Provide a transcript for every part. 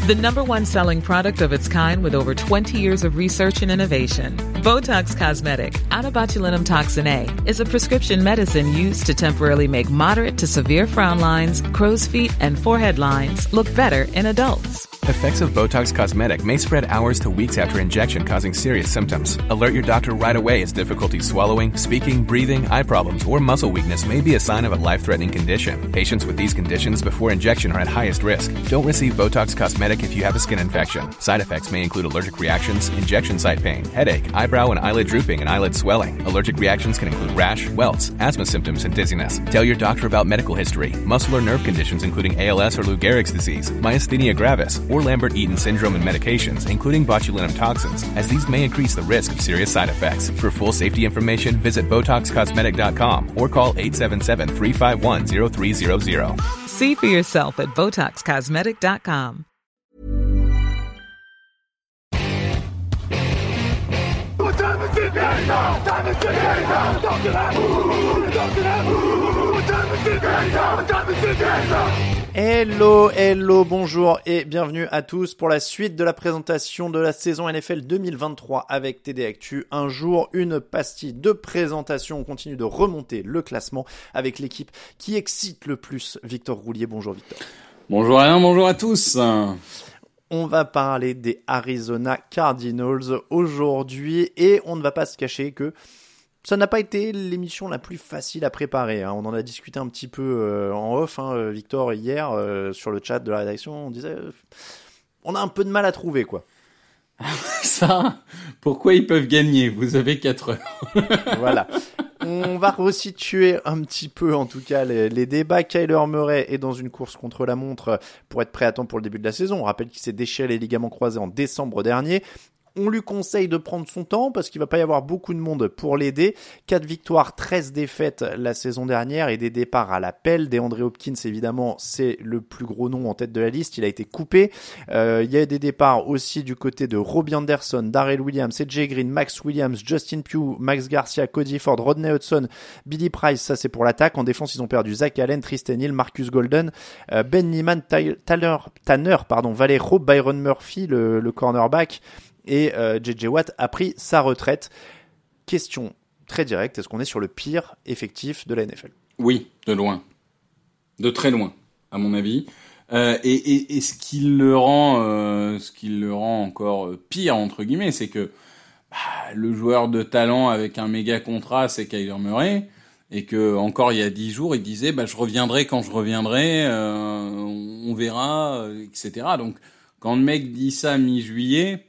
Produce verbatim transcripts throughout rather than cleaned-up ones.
The number one selling product of its kind with over twenty years of research and innovation. Botox Cosmetic, out of botulinum toxin A, is a prescription medicine used to temporarily make moderate to severe frown lines, crow's feet, and forehead lines look better in adults. Effects of Botox Cosmetic may spread hours to weeks after injection, causing serious symptoms. Alert your doctor right away as difficulty swallowing, speaking, breathing, eye problems, or muscle weakness may be a sign of a life-threatening condition. Patients with these conditions before injection are at highest risk. Don't receive Botox Cosmetic if you have a skin infection. Side effects may include allergic reactions, injection site pain, headache, eyebrow and eyelid drooping, and eyelid swelling. Allergic reactions can include rash, welts, asthma symptoms, and dizziness. Tell your doctor about medical history, muscle or nerve conditions including A L S or Lou Gehrig's disease, myasthenia gravis, or Lambert-Eaton syndrome and medications, including botulinum toxins, as these may increase the risk of serious side effects. For full safety information, visit Botox Cosmetic dot com or call eight seven seven, three five one, zero three zero zero. See for yourself at Botox Cosmetic dot com. Hello, hello, bonjour et bienvenue à tous pour la suite de la présentation de la saison N F L deux mille vingt-trois avec T D Actu. Un jour, une pastille de présentation. On continue de remonter le classement avec l'équipe qui excite le plus. Victor Roulier, bonjour Victor. Bonjour Alain, bonjour à tous. On va parler des Arizona Cardinals aujourd'hui et on ne va pas se cacher que ça n'a pas été l'émission la plus facile à préparer. Hein. On en a discuté un petit peu euh, en off, hein, Victor, hier, euh, sur le chat de la rédaction. On disait, euh, on a un peu de mal à trouver, quoi. Ça, pourquoi ils peuvent gagner ? Vous avez quatre heures. Voilà. On va resituer un petit peu, en tout cas, les, les débats. Kyler Murray est dans une course contre la montre pour être prêt à temps pour le début de la saison. On rappelle qu'il s'est déchiré les ligaments croisés en décembre dernier. On lui conseille de prendre son temps parce qu'il va pas y avoir beaucoup de monde pour l'aider. quatre victoires, treize défaites la saison dernière et des départs à l'appel. DeAndre Hopkins, évidemment, c'est le plus gros nom en tête de la liste. Il a été coupé. Euh, il y a des départs aussi du côté de Robbie Anderson, Darrell Williams, A J Green, Max Williams, Justin Pugh, Max Garcia, Cody Ford, Rodney Hudson, Billy Price. Ça, c'est pour l'attaque. En défense, ils ont perdu Zach Allen, Tristan Hill, Marcus Golden, euh, Ben Niemann, Tyler, Tanner, pardon, Valero, Byron Murphy, le, le cornerback. Et euh, J J Watt a pris sa retraite. Question très directe, est-ce qu'on est sur le pire effectif de la N F L ? Oui, de loin. De très loin, à mon avis. Euh, et, et, et ce qui le rend, euh, ce qui le rend encore pire, entre guillemets, c'est que bah, le joueur de talent avec un méga contrat, c'est Kyler Murray. Et que encore il y a dix jours, il disait bah, « je reviendrai quand je reviendrai, euh, on verra, et cetera » Donc, quand le mec dit ça mi-juillet...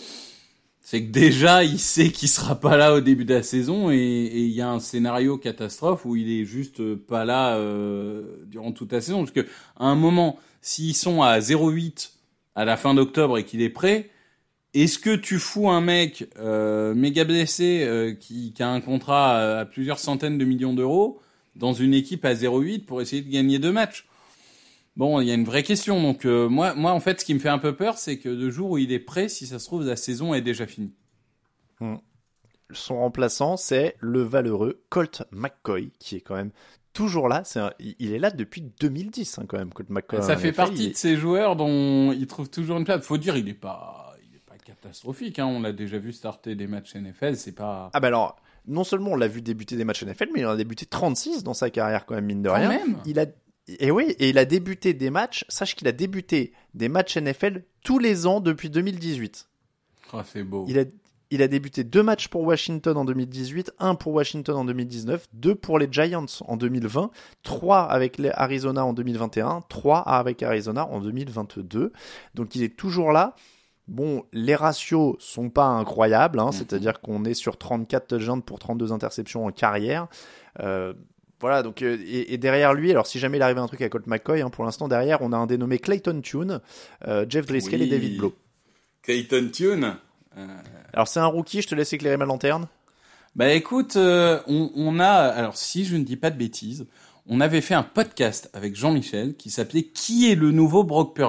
c'est que déjà, il sait qu'il sera pas là au début de la saison et il y a un scénario catastrophe où il est juste pas là euh, durant toute la saison. Parce que à un moment, s'ils sont à zéro huit à la fin d'octobre et qu'il est prêt, est-ce que tu fous un mec euh, méga blessé euh, qui, qui a un contrat à plusieurs centaines de millions d'euros dans une équipe à zéro huit pour essayer de gagner deux matchs ? Bon, il y a une vraie question. Donc, euh, moi, moi, en fait, ce qui me fait un peu peur, c'est que le jour où il est prêt, si ça se trouve, la saison est déjà finie. Mmh. Son remplaçant, c'est le valeureux Colt McCoy, qui est quand même toujours là. C'est un... Il est là depuis deux mille dix, hein, quand même, Colt McCoy. Ça fait effet, partie est... de ces joueurs dont il trouve toujours une place. Faut dire, il est pas, il est pas catastrophique. Hein. On l'a déjà vu starter des matchs N F L. C'est pas. Ah bah alors, non seulement on l'a vu débuter des matchs N F L, mais il en a débuté trente-six dans sa carrière, quand même, mine de quand rien. Même. Il a Et oui, et il a débuté des matchs, sache qu'il a débuté des matchs N F L tous les ans depuis deux mille dix-huit. Oh, c'est beau. Il a, il a débuté deux matchs pour Washington en deux mille dix-huit, un pour Washington en deux mille dix-neuf, deux pour les Giants en deux mille vingt, trois avec les Arizona en deux mille vingt et un, trois avec Arizona en deux mille vingt-deux. Donc il est toujours là. Bon, les ratios sont pas incroyables, hein, mm-hmm. C'est-à-dire qu'on est sur trente-quatre touchdowns pour trente-deux interceptions en carrière. Euh, Voilà, donc, euh, et, et derrière lui, alors si jamais il arrive un truc à Colt McCoy, hein, pour l'instant, derrière, on a un dénommé Clayton Tune, euh, Jeff Driscoll oui. et David Blow. Clayton Tune euh... Alors, c'est un rookie, je te laisse éclairer ma lanterne. Bah écoute, euh, on, on a, alors si je ne dis pas de bêtises, on avait fait un podcast avec Jean-Michel qui s'appelait « Qui est le nouveau Brock Purdy ?»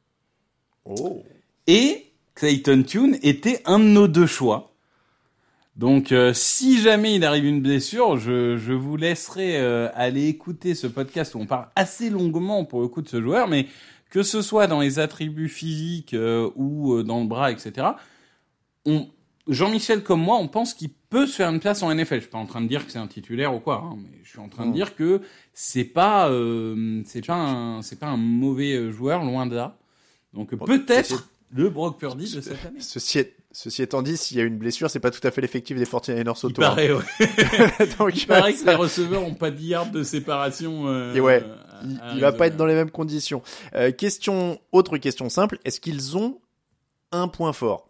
Oh. Et Clayton Tune était un de nos deux choix. Donc, euh, si jamais il arrive une blessure, je, je vous laisserai euh, aller écouter ce podcast où on parle assez longuement pour le coup de ce joueur, mais que ce soit dans les attributs physiques euh, ou euh, dans le bras, et cetera. On, Jean-Michel comme moi, on pense qu'il peut se faire une place en N F L. Je suis pas en train de dire que c'est un titulaire ou quoi, hein, mais je suis en train de dire que c'est pas, euh, c'est pas un, c'est pas un mauvais joueur, loin de là. Donc bon, peut-être ceci... le Brock Purdy de cette année. Ceci, est... Ceci étant dit, s'il y a une blessure, c'est pas tout à fait l'effectif des forty-niners autour. Il paraît, ouais. Donc, il paraît que les receveurs ont pas dix yards de séparation. Euh, Et ouais, à, il, à il va pas être dans les mêmes conditions. Euh, question, autre question simple, est-ce qu'ils ont un point fort?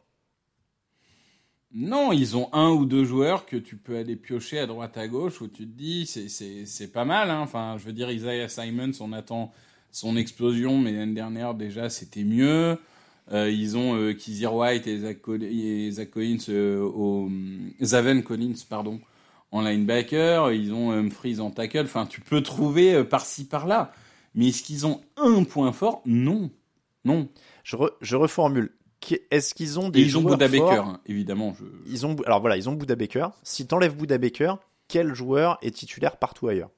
Non, ils ont un ou deux joueurs que tu peux aller piocher à droite à gauche où tu te dis c'est c'est c'est pas mal. Hein. Enfin, je veux dire, Isaiah Simons, on attend son explosion, mais l'année dernière déjà c'était mieux. Euh, ils ont euh, Kizir White et Zach, Col- et Zach Collins euh, au Zaven Collins pardon en linebacker. Ils ont Humphries en tackle. Enfin, tu peux trouver euh, par-ci par-là. Mais est-ce qu'ils ont un point fort? Non, non. Je, re- je reformule. Est-ce qu'ils ont des et ils joueurs ont Buda forts Baker, hein, évidemment. Je... Ils ont alors voilà, ils ont Buda Baker. Si t'enlèves Buda Baker, quel joueur est titulaire partout ailleurs?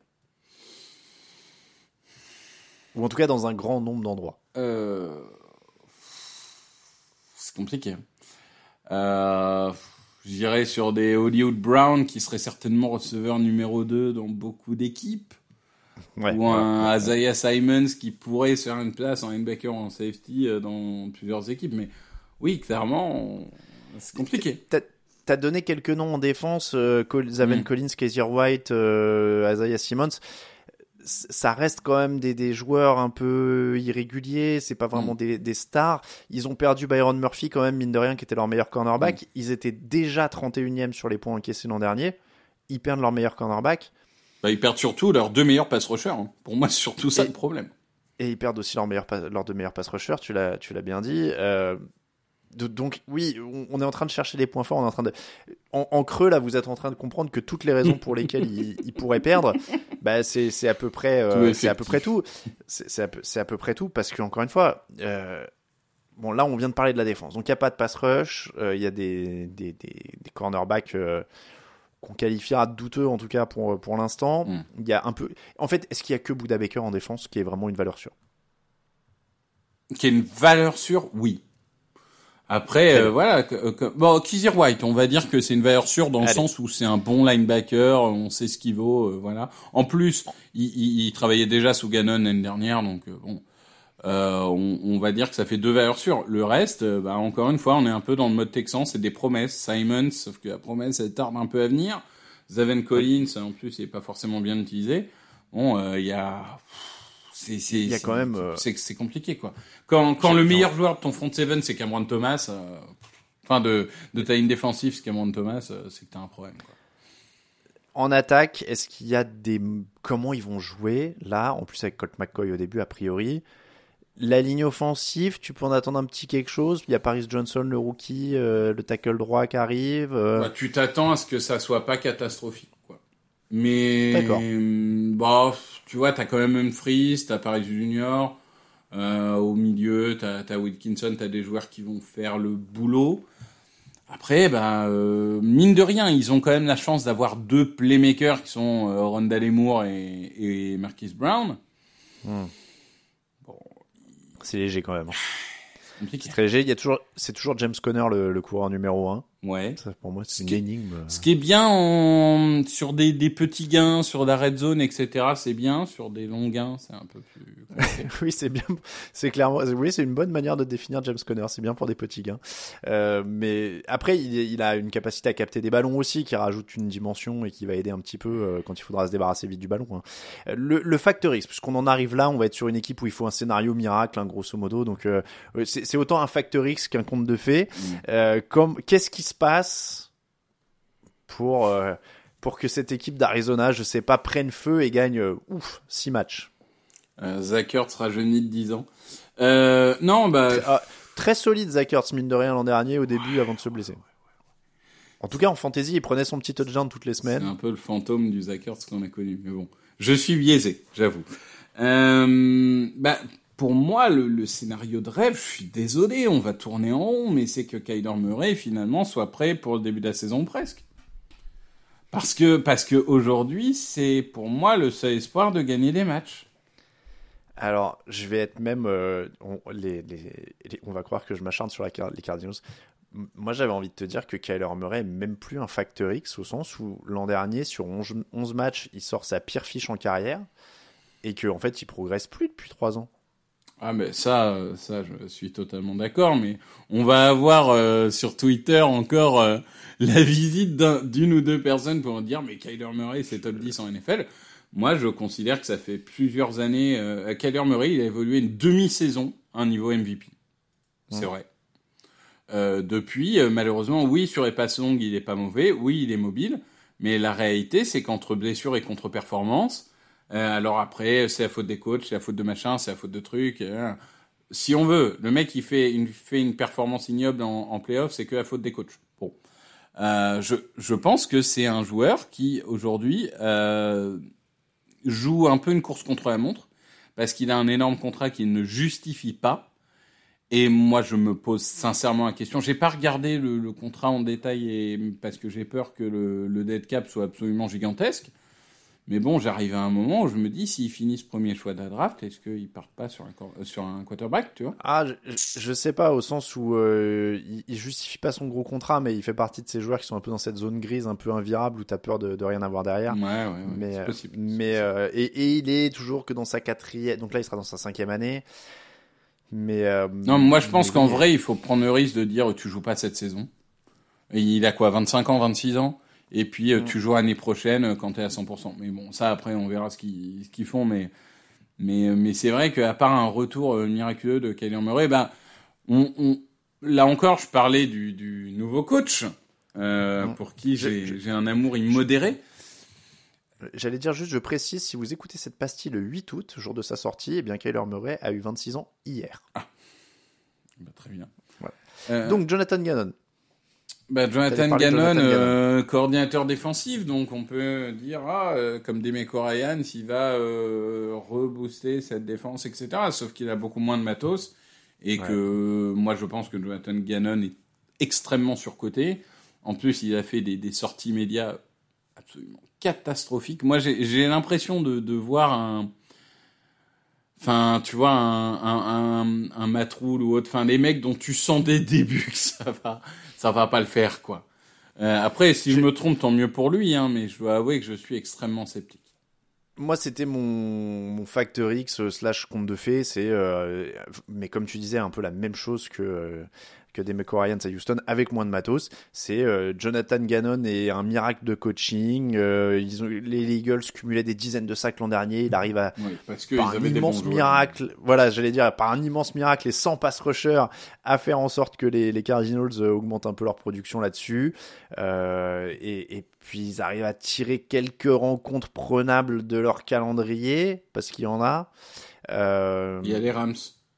Ou en tout cas dans un grand nombre d'endroits. Euh... C'est compliqué. Euh, je dirais sur des Hollywood Brown qui serait certainement receveur numéro deux dans beaucoup d'équipes. Ouais, ou un ouais, Isaiah ouais. Simons qui pourrait se faire une place en linebacker, en safety dans plusieurs équipes. Mais oui, clairement, c'est compliqué. T'as, t'as donné quelques noms en défense, euh, Zaven mm. Collins, Kazir White, euh, Isaiah Simmons. Ça reste quand même des, des joueurs un peu irréguliers, c'est pas vraiment mmh. des, des stars. Ils ont perdu Byron Murphy quand même, mine de rien, qui était leur meilleur cornerback. Mmh. Ils étaient déjà trente et unième sur les points encaissés l'an dernier. Ils perdent leur meilleur cornerback. Bah, ils perdent surtout leurs deux meilleurs pass rushers. Hein. Pour moi, c'est surtout ça et, le problème. Et ils perdent aussi leurs, meilleurs, leurs deux meilleurs pass rushers, tu l'as, tu l'as bien dit. Euh, de, donc oui, on est en train de chercher les points forts. On est en train de, en, en creux là, vous êtes en train de comprendre que toutes les raisons pour lesquelles ils, ils pourraient perdre, bah c'est c'est à peu près, euh, c'est à peu près tout. C'est, c'est, à peu, c'est à peu près tout parce que encore une fois, euh, bon là on vient de parler de la défense. Donc il y a pas de pass rush, il euh, y a des des des, des cornerbacks euh, qu'on qualifiera de douteux en tout cas pour pour l'instant. Il mm. y a un peu. En fait, est-ce qu'il y a que Buda Baker en défense qui est vraiment une valeur sûre? Qui est une valeur sûre, oui. Après, euh, voilà, euh, bon, Kizir White, on va dire que c'est une valeur sûre dans Allez. le sens où c'est un bon linebacker, on sait ce qu'il vaut, euh, voilà. En plus, il, il, il travaillait déjà sous Gannon l'année dernière, donc euh, bon, euh, on, on va dire que ça fait deux valeurs sûres. Le reste, euh, bah, encore une fois, on est un peu dans le mode texan, c'est des promesses. Simons, sauf que la promesse, elle tarde un peu à venir. Zaven Collins, en plus, il est pas forcément bien utilisé. Bon, il euh, y a... C'est, c'est, il y a quand même, euh... c'est, c'est compliqué, quoi. Quand, quand le meilleur joueur de ton front seven, c'est Cameron Thomas, euh, enfin, de, de ta ligne défensive, c'est Cameron Thomas, euh, c'est que t'as un problème, quoi. En attaque, est-ce qu'il y a des, comment ils vont jouer, là, en plus avec Colt McCoy au début, a priori. La ligne offensive, tu peux en attendre un petit quelque chose. Il y a Paris Johnson, le rookie, euh, le tackle droit qui arrive. Euh... Bah, tu t'attends à ce que ça soit pas catastrophique, quoi. Mais, D'accord. bah, tu vois, t'as quand même Humphries, t'as Paris Junior, euh, au milieu, t'as, t'as Wilkinson, t'as des joueurs qui vont faire le boulot. Après, bah, euh, mine de rien, ils ont quand même la chance d'avoir deux playmakers qui sont euh, Rondale Moore et, et Marquise Brown. Hmm. Bon, c'est léger quand même. C'est compliqué. C'est très léger. Il y a toujours, c'est toujours James Conner le, le coureur numéro un. Ouais. Ça, pour moi, c'est ce une énigme. Ce qui est bien en, sur des, des petits gains, sur la red zone, et cetera, c'est bien. Sur des longs gains, c'est un peu plus compliqué. Oui, c'est bien. C'est clairement, oui, c'est une bonne manière de définir James Conner. C'est bien pour des petits gains. Euh, mais après, il, il a une capacité à capter des ballons aussi, qui rajoute une dimension et qui va aider un petit peu euh, quand il faudra se débarrasser vite du ballon. Hein. Le, le factor X, puisqu'on en arrive là, on va être sur une équipe où il faut un scénario miracle, hein, grosso modo. Donc, euh, c'est, c'est autant un factor X qu'un conte de fées. Mmh. Euh, comme, qu'est-ce qui se passe pour euh, pour que cette équipe d'Arizona, je sais pas, prenne feu et gagne euh, ouf six matchs. Euh, Zach Ertz rajeuni de dix ans. Euh, non, bah euh, très solide Zach Ertz, mine de rien, l'an dernier au début, ouais, avant de se blesser. En tout cas, en fantasy, il prenait son petit touchdown toutes les semaines. C'est un peu le fantôme du Zach Ertz qu'on a connu, mais bon, je suis biaisé, j'avoue. Euh, bah pour moi, le, le scénario de rêve, je suis désolé, on va tourner en rond, mais c'est que Kyler Murray finalement soit prêt pour le début de la saison presque. Parce que, parce que aujourd'hui, c'est pour moi le seul espoir de gagner des matchs. Alors, je vais être même. euh, on, les, les- les- on va croire que je m'acharne sur la, Car- les Cardinals. M- Moi, j'avais envie de te dire que Kyler Murray est même plus un facteur X au sens où l'an dernier, sur onze, onze matchs, il sort sa pire fiche en carrière et qu'en en fait, il progresse plus depuis trois ans. Ah mais ça, euh, ça, je suis totalement d'accord. Mais on va avoir euh, sur Twitter encore euh, la visite d'un- d'une ou deux personnes pour dire mais Kyler Murray c'est top dix en N F L. Moi, je considère que ça fait plusieurs années. Euh, Kyler Murray, il a évolué une demi-saison à un niveau M V P. C'est Mmh. vrai. Euh, depuis, euh, malheureusement, oui, sur les passes longues, il est pas mauvais. Oui, il est mobile. Mais la réalité, c'est qu'entre blessure et contre-performance, euh, alors après, c'est la faute des coachs, c'est la faute de machin, c'est la faute de trucs. euh, si on veut, le mec, il fait une, fait une performance ignoble en, en playoff, c'est que la faute des coachs. Bon. Euh, je, je pense que c'est un joueur qui, aujourd'hui, euh, joue un peu une course contre la montre, parce qu'il a un énorme contrat qu'il ne justifie pas. Et moi, je me pose sincèrement la question. J'ai pas regardé le, le contrat en détail et, parce que j'ai peur que le, le dead cap soit absolument gigantesque. Mais bon, j'arrive à un moment où je me dis, s'ils finissent premier choix de la draft, est-ce qu'ils partent pas sur un, cor- euh, sur un quarterback, tu vois? Ah, je, je- je sais pas, au sens où euh, il, il justifie pas son gros contrat, mais il fait partie de ces joueurs qui sont un peu dans cette zone grise, un peu invirable, où t'as peur de, de rien avoir derrière. Ouais, ouais, ouais. Mais, c'est euh, possible. mais euh, et, et il est toujours que dans sa quatrième, donc là il sera dans sa cinquième année. Mais euh, Non, mais moi, je pense mais qu'en oui, vrai, il faut prendre le risque de dire, tu joues pas cette saison. Et il a quoi, vingt-cinq ans, vingt-six ans? Et puis, euh, Mm. tu joues l'année prochaine euh, quand t'es à cent pour cent. Mais bon, ça, après, on verra ce qu'ils, ce qu'ils font. Mais, mais, euh, mais c'est vrai qu'à part un retour euh, miraculeux de Kyler Murray, ben, on, on, là encore, je parlais du, du nouveau coach, euh, Mm. pour qui Je- j'ai, je- j'ai un amour immodéré. J'allais dire juste, je précise, si vous écoutez cette pastille le huit août, jour de sa sortie, eh bien Kyler Murray a eu vingt-six ans hier. Bah, très bien. Voilà. Euh, Donc Jonathan Gannon. Bah, Jonathan T'allais parler de Gannon, Jonathan euh, coordinateur défensif, donc on peut dire, ah, euh, comme Demeco Ryans, il va euh, rebooster cette défense, et cetera. Sauf qu'il a beaucoup moins de matos, et Ouais. que euh, moi je pense que Jonathan Gannon est extrêmement surcoté. En plus, il a fait des, des sorties médias absolument catastrophiques. Moi, j'ai, j'ai l'impression de, de voir un... Enfin, tu vois, un, un, un, un Matt Rule ou autre, enfin, les mecs dont tu sens dès le début que ça va, ça va pas le faire, quoi. Euh, après, si je me trompe, tant mieux pour lui, hein, mais je dois avouer que je suis extrêmement sceptique. Moi, c'était mon, mon facteur X euh, slash conte de fées. C'est, euh, mais comme tu disais, un peu la même chose que, euh, que Demeco Ryans à Houston, avec moins de matos. C'est euh, Jonathan Gannon et un miracle de coaching. Euh, ils ont, les Eagles cumulaient des dizaines de sacs l'an dernier. Il arrive à, Oui, parce que par ils un avaient des immense bons joueurs. miracle, voilà, j'allais dire, par un immense miracle et sans pass rusher, à faire en sorte que les, les Cardinals euh, augmentent un peu leur production là-dessus. Euh, et, et puis ils arrivent à tirer quelques rencontres prenables de leur calendrier, parce qu'il y en a. Euh, Il y a les Rams.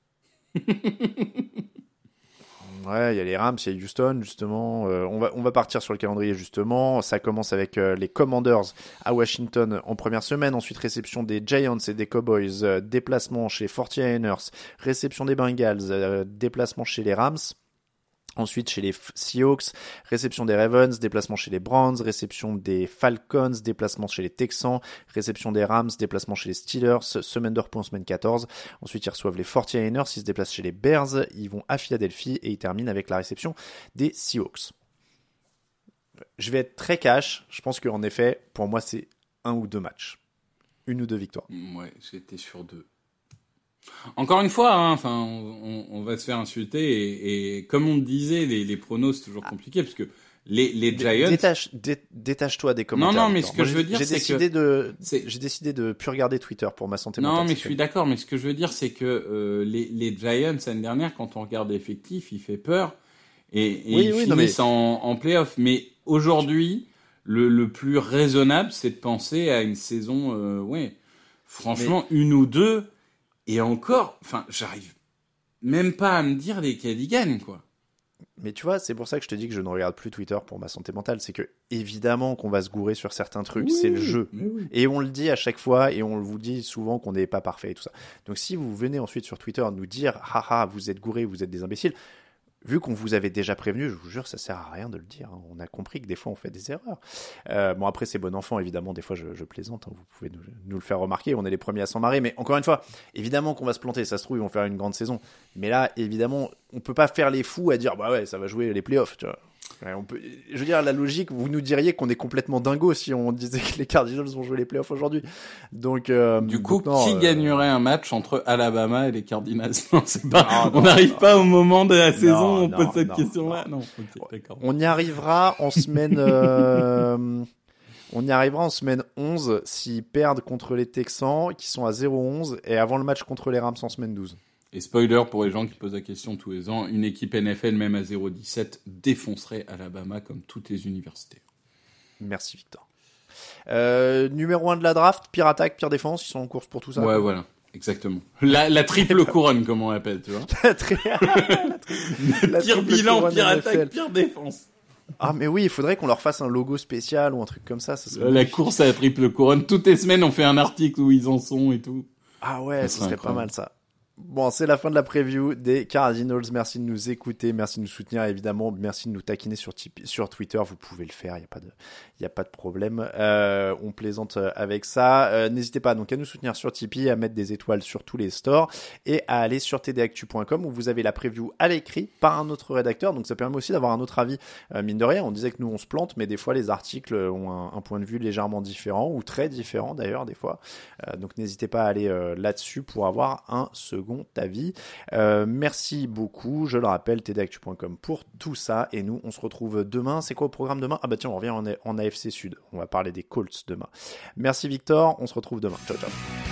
Ouais, il y a les Rams, il y a Houston, justement. Euh, on va, on va partir sur le calendrier, justement. Ça commence avec euh, les Commanders à Washington en première semaine. Ensuite, réception des Giants et des Cowboys. Euh, déplacement chez forty-niners. Réception des Bengals. Euh, déplacement chez les Rams. Ensuite, chez les Seahawks, réception des Ravens, déplacement chez les Browns, réception des Falcons, déplacement chez les Texans, réception des Rams, déplacement chez les Steelers, semaine de repos en semaine quatorze. Ensuite, ils reçoivent les forty-niners, ils se déplacent chez les Bears, ils vont à Philadelphie et ils terminent avec la réception des Seahawks. Je vais être très cash, je pense qu'en effet, pour moi, c'est un ou deux matchs. Une ou deux victoires. Ouais, j'étais sur deux. Encore une fois, hein, enfin, on, on va se faire insulter et, et comme on disait, les, les pronos c'est toujours compliqué parce que les, les Giants. Détache, dé, détache-toi des commentaires. Non, non, mais ce que Moi, je veux dire, j'ai c'est décidé que de, c'est- j'ai décidé de plus regarder Twitter pour ma santé Non, mentale. mais je suis d'accord. Mais ce que je veux dire, c'est que euh, les, les Giants l'année dernière, quand on regarde l'effectif, il fait peur et, et Oui, ils oui, non, finissent en, en playoff. Mais aujourd'hui, le, le plus raisonnable, c'est de penser à une saison, euh, ouais, franchement, une ou deux. Et encore, enfin, j'arrive même pas à me dire lesquels ils gagnent, quoi. Mais tu vois, c'est pour ça que je te dis que je ne regarde plus Twitter pour ma santé mentale. C'est que, évidemment, qu'on va se gourer sur certains trucs. Oui, c'est le jeu. mais oui. Et on le dit à chaque fois, et on vous dit souvent qu'on n'est pas parfait et tout ça. Donc si vous venez ensuite sur Twitter nous dire, haha, vous êtes gourés, vous êtes des imbéciles, vu qu'on vous avait déjà prévenu, je vous jure, ça sert à rien de le dire. Hein. On a compris que des fois, on fait des erreurs. Euh, bon, après, c'est bon enfant, évidemment. Des fois, je, je plaisante. Hein. Vous pouvez nous, nous le faire remarquer. On est les premiers à s'en marrer. Mais encore une fois, évidemment qu'on va se planter. Ça se trouve, ils vont faire une grande saison. Mais là, évidemment, on peut pas faire les fous à dire, bah ouais, ça va jouer les playoffs, tu vois. Ouais, on peut... Je veux dire, la logique, vous nous diriez qu'on est complètement dingo si on disait que les Cardinals vont jouer les playoffs aujourd'hui. Donc, euh, du coup, donc, non, qui euh... gagnerait un match entre Alabama et les Cardinals? Non, c'est pas. Non, on n'arrive pas au moment de la non, saison où on non, pose cette non, question-là. Non, non ok, d'accord. On y arrivera en semaine. euh... On y arrivera en semaine onze s'ils perdent contre les Texans, qui sont à zéro onze, et avant le match contre les Rams en semaine douze. Et spoiler pour les gens qui posent la question tous les ans, une équipe N F L même à zéro dix-sept défoncerait Alabama comme toutes les universités. Merci Victor. Euh, numéro un de la draft, pire attaque, pire défense, ils sont en course pour tout ça. Ouais, quoi. Voilà, exactement. La, la triple couronne, comme on l'appelle, tu vois. la tri... la tri... la pire bilan, pire N F L. attaque, pire défense. Ah mais oui, il faudrait qu'on leur fasse un logo spécial ou un truc comme ça. ça serait... La course à la triple couronne, toutes les semaines on fait un article où ils en sont et tout. Ah ouais, ça ce serait incroyable. pas mal ça. Bon, c'est la fin de la preview des Cardinals. Merci de nous écouter, merci de nous soutenir, évidemment. Merci de nous taquiner sur, Tipeee, sur Twitter. Vous pouvez le faire, il n'y a pas de, il y a pas de problème. Euh, on plaisante avec ça. Euh, n'hésitez pas donc à nous soutenir sur Tipeee, à mettre des étoiles sur tous les stores et à aller sur t d actu point com où vous avez la preview à l'écrit par un autre rédacteur. Donc ça permet aussi d'avoir un autre avis. Euh, mine de rien, on disait que nous on se plante, mais des fois les articles ont un, un point de vue légèrement différent ou très différent d'ailleurs des fois. Euh, donc n'hésitez pas à aller euh, là-dessus pour avoir un second avis. Euh, merci beaucoup. Je le rappelle, t d actu point com pour tout ça. Et nous, on se retrouve demain. C'est quoi le programme demain? Ah bah tiens, on revient en, en A F C Sud. On va parler des Colts demain. Merci Victor. On se retrouve demain. Ciao, ciao.